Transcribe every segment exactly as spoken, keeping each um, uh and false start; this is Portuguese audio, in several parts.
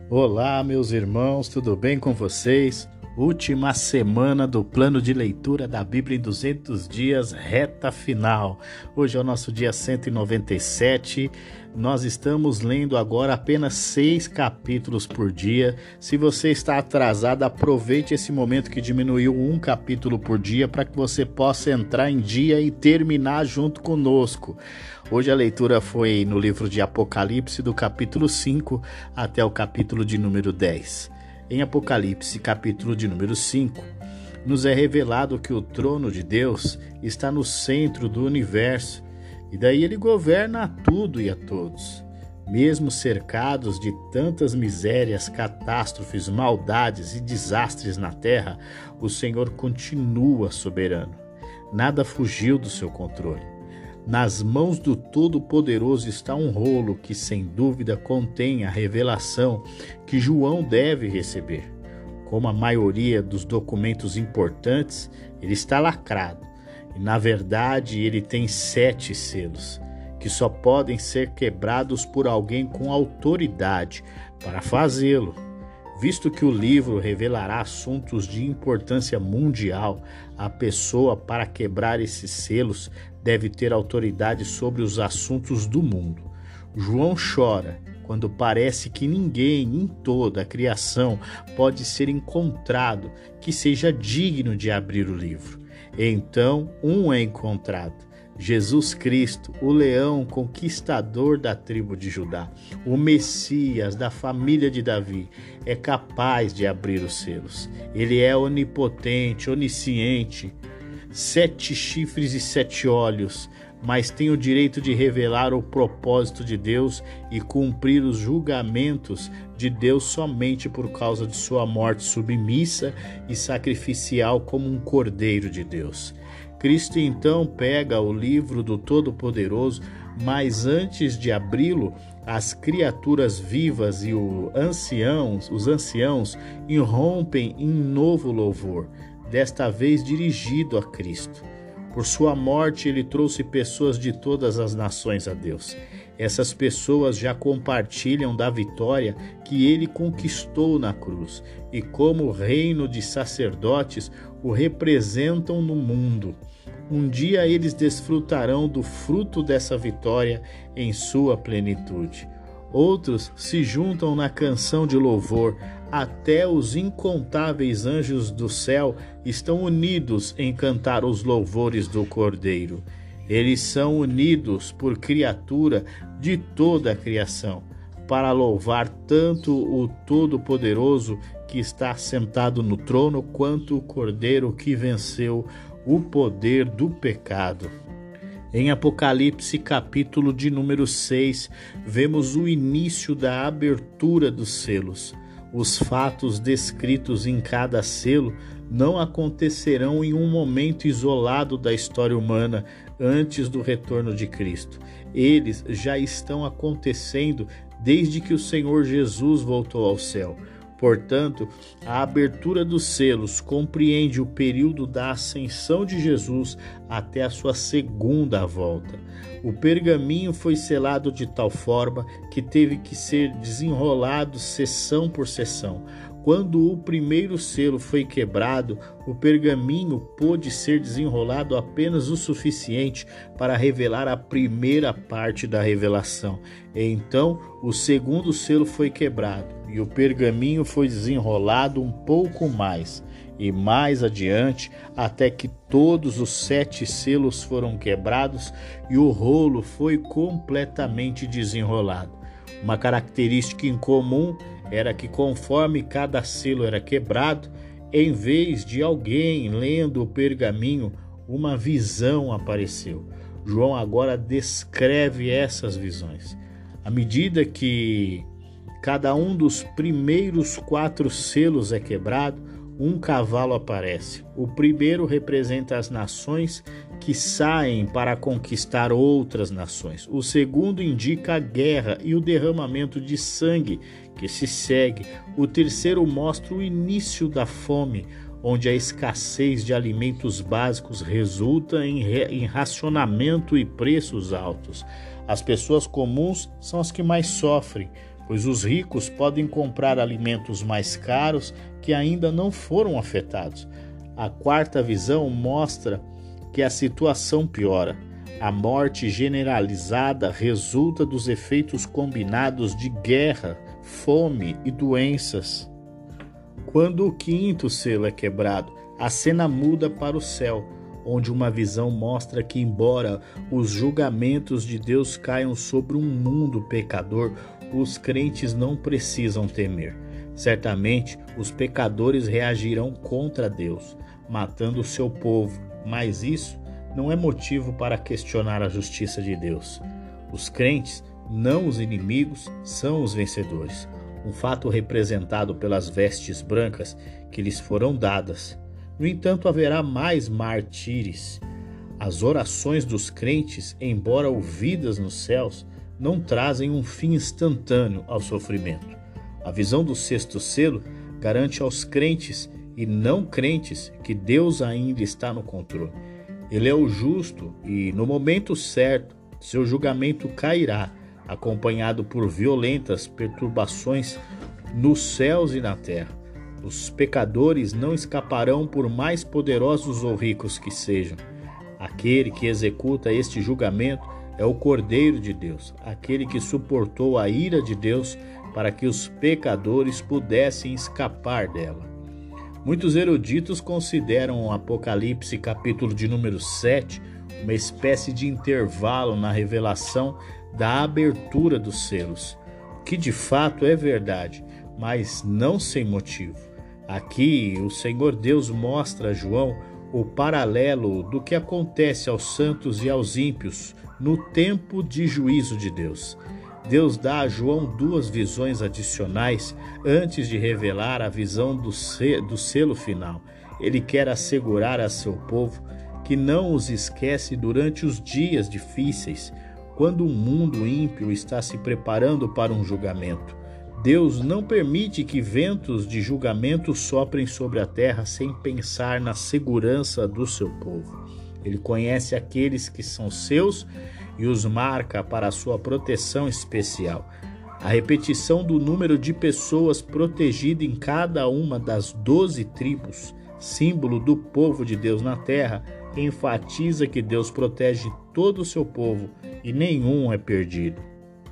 Olá, meus irmãos, tudo bem com vocês? Última semana do plano de leitura da Bíblia em duzentos dias, reta final. Hoje é o nosso dia cento e noventa e sete. Nós estamos lendo agora apenas seis capítulos por dia. Se você está atrasado, aproveite esse momento que diminuiu um capítulo por dia para que você possa entrar em dia e terminar junto conosco. Hoje a leitura foi no livro de Apocalipse, do capítulo cinco até o capítulo de número dez. Em Apocalipse, capítulo de número cinco, nos é revelado que o trono de Deus está no centro do universo, e daí ele governa a tudo e a todos. Mesmo cercados de tantas misérias, catástrofes, maldades e desastres na terra, o Senhor continua soberano. Nada fugiu do seu controle. Nas mãos do Todo-Poderoso está um rolo que, sem dúvida, contém a revelação que João deve receber. Como a maioria dos documentos importantes, ele está lacrado. E, na verdade, ele tem sete selos, que só podem ser quebrados por alguém com autoridade para fazê-lo. Visto que o livro revelará assuntos de importância mundial, a pessoa para quebrar esses selos deve ter autoridade sobre os assuntos do mundo. João chora quando parece que ninguém em toda a criação pode ser encontrado que seja digno de abrir o livro. Então, um é encontrado. Jesus Cristo, o leão conquistador da tribo de Judá, o Messias da família de Davi, é capaz de abrir os selos. Ele é onipotente, onisciente, sete chifres e sete olhos, mas tem o direito de revelar o propósito de Deus e cumprir os julgamentos de Deus somente por causa de sua morte submissa e sacrificial como um cordeiro de Deus. Cristo então pega o livro do Todo-Poderoso, mas antes de abri-lo, as criaturas vivas e os anciãos, os anciãos irrompem em novo louvor, desta vez dirigido a Cristo. Por sua morte, ele trouxe pessoas de todas as nações a Deus. Essas pessoas já compartilham da vitória que ele conquistou na cruz e, como reino de sacerdotes, o representam no mundo. Um dia eles desfrutarão do fruto dessa vitória em sua plenitude. Outros se juntam na canção de louvor. Até os incontáveis anjos do céu estão unidos em cantar os louvores do Cordeiro. Eles são unidos por criatura de toda a criação, para louvar tanto o Todo-Poderoso que está sentado no trono, quanto o Cordeiro que venceu o poder do pecado. Em Apocalipse, capítulo de número seis, vemos o início da abertura dos selos. Os fatos descritos em cada selo não acontecerão em um momento isolado da história humana antes do retorno de Cristo. Eles já estão acontecendo desde que o Senhor Jesus voltou ao céu. Portanto, a abertura dos selos compreende o período da ascensão de Jesus até a sua segunda volta. O pergaminho foi selado de tal forma que teve que ser desenrolado seção por seção. Quando o primeiro selo foi quebrado, o pergaminho pôde ser desenrolado apenas o suficiente para revelar a primeira parte da revelação. Então, o segundo selo foi quebrado e o pergaminho foi desenrolado um pouco mais e mais adiante, até que todos os sete selos foram quebrados e o rolo foi completamente desenrolado. Uma característica em comum era que, conforme cada selo era quebrado, em vez de alguém lendo o pergaminho, uma visão apareceu. João agora descreve essas visões. À medida que cada um dos primeiros quatro selos é quebrado, um cavalo aparece. O primeiro representa as nações que saem para conquistar outras nações. O segundo indica a guerra e o derramamento de sangue que se segue. O terceiro mostra o início da fome, onde a escassez de alimentos básicos resulta em, em racionamento e preços altos. As pessoas comuns são as que mais sofrem, pois os ricos podem comprar alimentos mais caros que ainda não foram afetados. A quarta visão mostra que a situação piora. A morte generalizada resulta dos efeitos combinados de guerra, fome e doenças. Quando o quinto selo é quebrado, a cena muda para o céu, onde uma visão mostra que, embora os julgamentos de Deus caiam sobre um mundo pecador, os crentes não precisam temer. Certamente, os pecadores reagirão contra Deus, matando o seu povo, mas isso não é motivo para questionar a justiça de Deus. Os crentes, não os inimigos, são os vencedores, um fato representado pelas vestes brancas que lhes foram dadas. No entanto, haverá mais mártires. As orações dos crentes, embora ouvidas nos céus, não trazem um fim instantâneo ao sofrimento. A visão do sexto selo garante aos crentes e não crentes que Deus ainda está no controle. Ele é o justo e, no momento certo, seu julgamento cairá, acompanhado por violentas perturbações nos céus e na terra. Os pecadores não escaparão por mais poderosos ou ricos que sejam. Aquele que executa este julgamento é o Cordeiro de Deus, aquele que suportou a ira de Deus para que os pecadores pudessem escapar dela. Muitos eruditos consideram o Apocalipse capítulo de número sete uma espécie de intervalo na revelação da abertura dos selos, que de fato é verdade, mas não sem motivo. Aqui o Senhor Deus mostra a João o paralelo do que acontece aos santos e aos ímpios no tempo de juízo de Deus. Deus dá a João duas visões adicionais antes de revelar a visão do selo final. Ele quer assegurar a seu povo que não os esquece durante os dias difíceis, quando o mundo ímpio está se preparando para um julgamento. Deus não permite que ventos de julgamento soprem sobre a terra sem pensar na segurança do seu povo. Ele conhece aqueles que são seus e os marca para a sua proteção especial. A repetição do número de pessoas protegidas em cada uma das doze tribos, símbolo do povo de Deus na terra, enfatiza que Deus protege todo o seu povo e nenhum é perdido.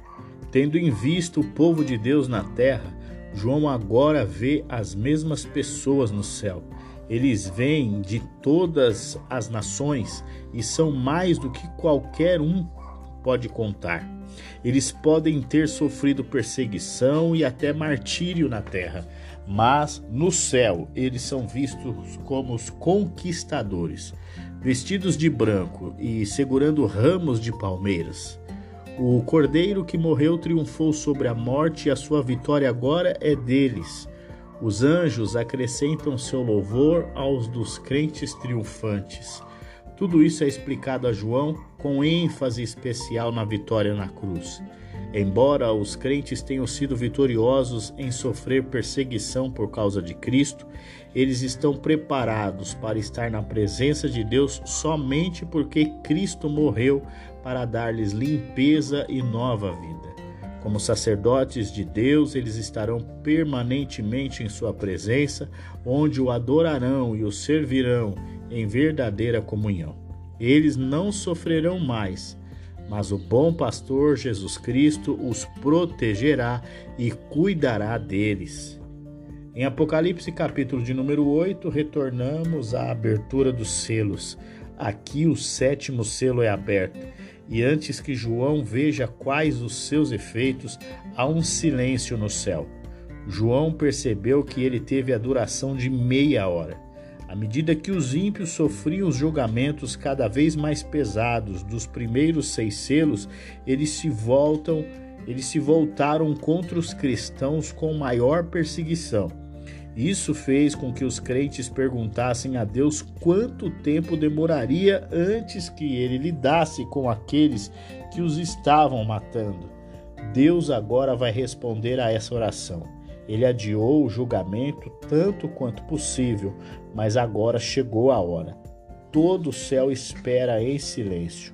Tendo em vista o povo de Deus na terra, João agora vê as mesmas pessoas no céu. Eles vêm de todas as nações e são mais do que qualquer um pode contar. Eles podem ter sofrido perseguição e até martírio na terra, mas no céu eles são vistos como os conquistadores, vestidos de branco e segurando ramos de palmeiras. O Cordeiro que morreu triunfou sobre a morte e a sua vitória agora é deles. Os anjos acrescentam seu louvor aos dos crentes triunfantes. Tudo isso é explicado a João com ênfase especial na vitória na cruz. Embora os crentes tenham sido vitoriosos em sofrer perseguição por causa de Cristo, eles estão preparados para estar na presença de Deus somente porque Cristo morreu para dar-lhes limpeza e nova vida. Como sacerdotes de Deus, eles estarão permanentemente em sua presença, onde o adorarão e o servirão em verdadeira comunhão. Eles não sofrerão mais, mas o bom pastor Jesus Cristo os protegerá e cuidará deles. Em Apocalipse capítulo de número oito, retornamos à abertura dos selos. Aqui o sétimo selo é aberto, e antes que João veja quais os seus efeitos, há um silêncio no céu. João percebeu que ele teve a duração de meia hora. À medida que os ímpios sofriam os julgamentos cada vez mais pesados dos primeiros seis selos, eles se voltam, eles se voltaram contra os cristãos com maior perseguição. Isso fez com que os crentes perguntassem a Deus quanto tempo demoraria antes que ele lidasse com aqueles que os estavam matando. Deus agora vai responder a essa oração. Ele adiou o julgamento tanto quanto possível, mas agora chegou a hora. Todo o céu espera em silêncio.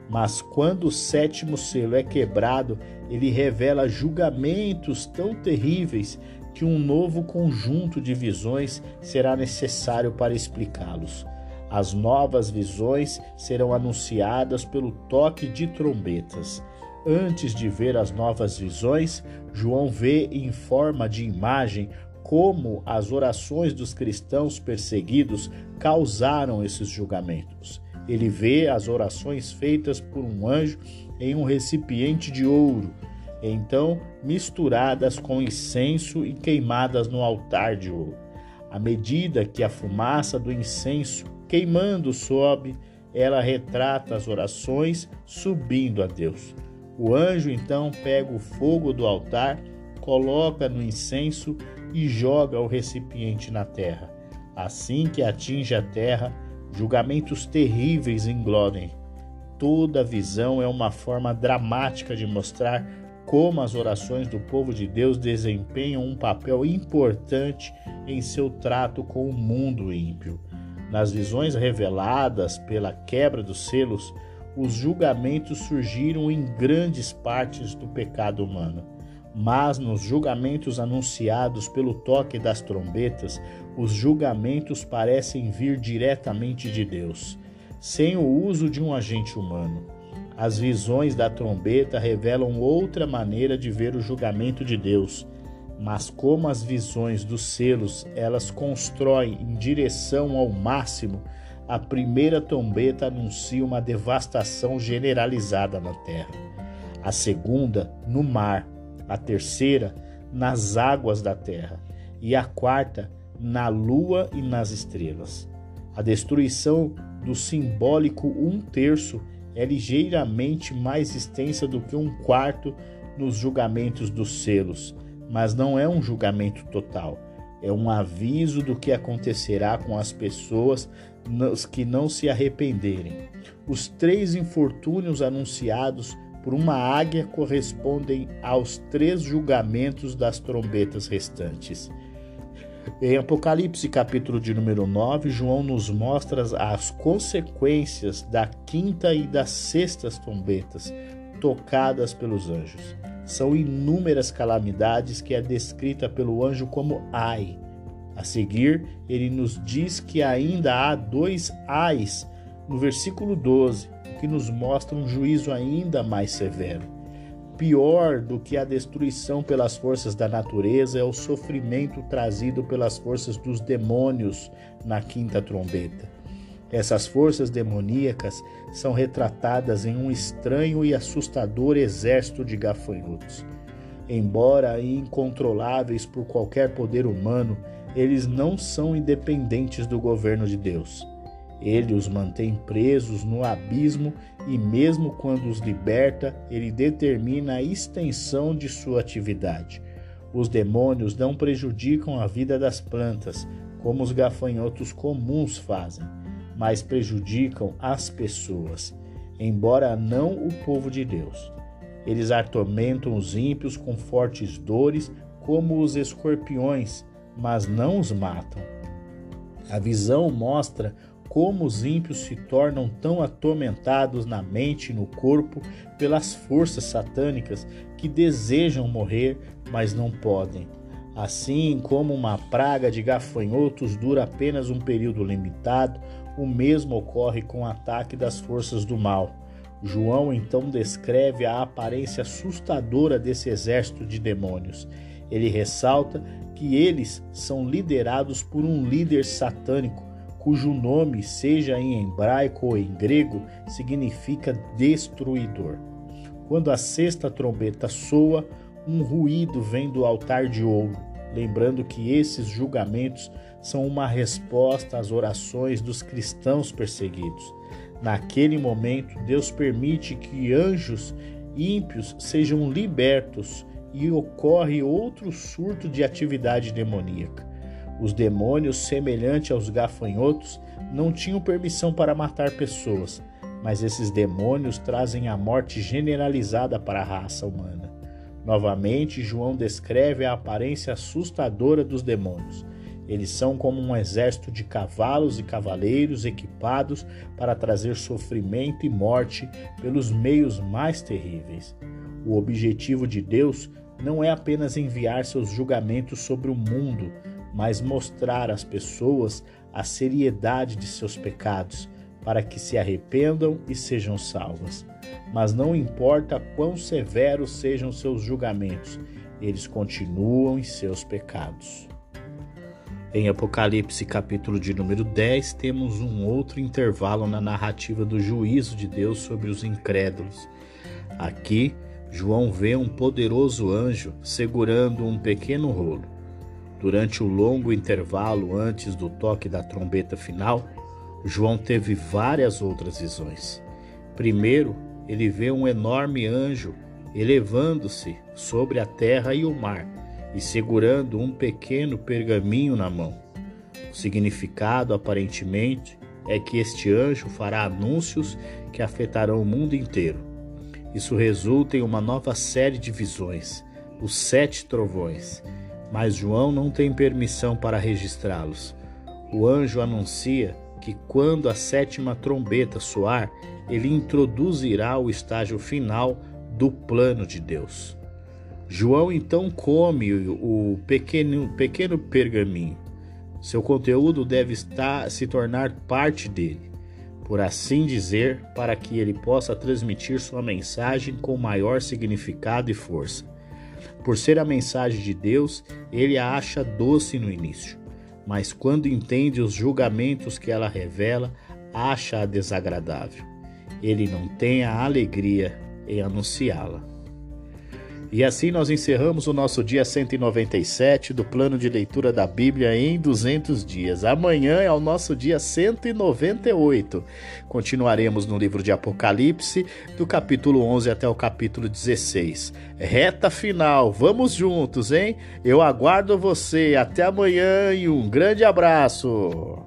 Mas quando o sétimo selo é quebrado, ele revela julgamentos tão terríveis que um novo conjunto de visões será necessário para explicá-los. As novas visões serão anunciadas pelo toque de trombetas. Antes de ver as novas visões, João vê em forma de imagem como as orações dos cristãos perseguidos causaram esses julgamentos. Ele vê as orações feitas por um anjo em um recipiente de ouro, então misturadas com incenso e queimadas no altar de ouro. À medida que a fumaça do incenso queimando sobe, ela retrata as orações subindo a Deus. O anjo então pega o fogo do altar, coloca no incenso e joga o recipiente na terra. Assim que atinge a terra, julgamentos terríveis englobem. Toda visão é uma forma dramática de mostrar como as orações do povo de Deus desempenham um papel importante em seu trato com o mundo ímpio. Nas visões reveladas pela quebra dos selos, os julgamentos surgiram em grandes partes do pecado humano. Mas nos julgamentos anunciados pelo toque das trombetas, os julgamentos parecem vir diretamente de Deus, sem o uso de um agente humano. As visões da trombeta revelam outra maneira de ver o julgamento de Deus, mas como as visões dos selos, elas constroem em direção ao máximo, a primeira trombeta anuncia uma devastação generalizada na terra, a segunda no mar, a terceira nas águas da terra e a quarta na lua e nas estrelas. A destruição do simbólico um terço é ligeiramente mais extensa do que um quarto nos julgamentos dos selos, mas não é um julgamento total. É um aviso do que acontecerá com as pessoas que não se arrependerem. Os três infortúnios anunciados por uma águia correspondem aos três julgamentos das trombetas restantes. Em Apocalipse, capítulo de número nove, João nos mostra as consequências da quinta e das sextas trombetas tocadas pelos anjos. São inúmeras calamidades que é descrita pelo anjo como ai. A seguir, ele nos diz que ainda há dois ais no versículo doze, que nos mostra um juízo ainda mais severo. Pior do que a destruição pelas forças da natureza é o sofrimento trazido pelas forças dos demônios na quinta trombeta. Essas forças demoníacas são retratadas em um estranho e assustador exército de gafanhotos. Embora incontroláveis por qualquer poder humano, eles não são independentes do governo de Deus. Ele os mantém presos no abismo e mesmo quando os liberta, ele determina a extensão de sua atividade. Os demônios não prejudicam a vida das plantas, como os gafanhotos comuns fazem, mas prejudicam as pessoas, embora não o povo de Deus. Eles atormentam os ímpios com fortes dores, como os escorpiões, mas não os matam. A visão mostra como os ímpios se tornam tão atormentados na mente e no corpo pelas forças satânicas que desejam morrer, mas não podem. Assim como uma praga de gafanhotos dura apenas um período limitado, o mesmo ocorre com o ataque das forças do mal. João então descreve a aparência assustadora desse exército de demônios. Ele ressalta que eles são liderados por um líder satânico, cujo nome, seja em hebraico ou em grego, significa destruidor. Quando a sexta trombeta soa, um ruído vem do altar de ouro, lembrando que esses julgamentos são uma resposta às orações dos cristãos perseguidos. Naquele momento, Deus permite que anjos ímpios sejam libertos e ocorre outro surto de atividade demoníaca. Os demônios, semelhante aos gafanhotos, não tinham permissão para matar pessoas, mas esses demônios trazem a morte generalizada para a raça humana. Novamente, João descreve a aparência assustadora dos demônios. Eles são como um exército de cavalos e cavaleiros equipados para trazer sofrimento e morte pelos meios mais terríveis. O objetivo de Deus não é apenas enviar seus julgamentos sobre o mundo, mas mostrar às pessoas a seriedade de seus pecados, para que se arrependam e sejam salvas. Mas não importa quão severos sejam seus julgamentos, eles continuam em seus pecados. Em Apocalipse, capítulo de número dez, temos um outro intervalo na narrativa do juízo de Deus sobre os incrédulos. Aqui, João vê um poderoso anjo segurando um pequeno rolo. Durante o longo intervalo antes do toque da trombeta final, João teve várias outras visões. Primeiro, ele vê um enorme anjo elevando-se sobre a terra e o mar e segurando um pequeno pergaminho na mão. O significado, aparentemente, é que este anjo fará anúncios que afetarão o mundo inteiro. Isso resulta em uma nova série de visões, os sete trovões, mas João não tem permissão para registrá-los. O anjo anuncia que quando a sétima trombeta soar, ele introduzirá o estágio final do plano de Deus. João então come o pequeno, pequeno pergaminho. Seu conteúdo deve estar, se tornar parte dele, por assim dizer, para que ele possa transmitir sua mensagem com maior significado e força. Por ser a mensagem de Deus, ele a acha doce no início, mas quando entende os julgamentos que ela revela, acha-a desagradável. Ele não tem a alegria em anunciá-la. E assim nós encerramos o nosso dia cento e noventa e sete do plano de leitura da Bíblia em duzentos dias. Amanhã é o nosso dia cento e noventa e oito. Continuaremos no livro de Apocalipse, do capítulo onze até o capítulo dezesseis. Reta final, vamos juntos, hein? Eu aguardo você. Até amanhã e um grande abraço!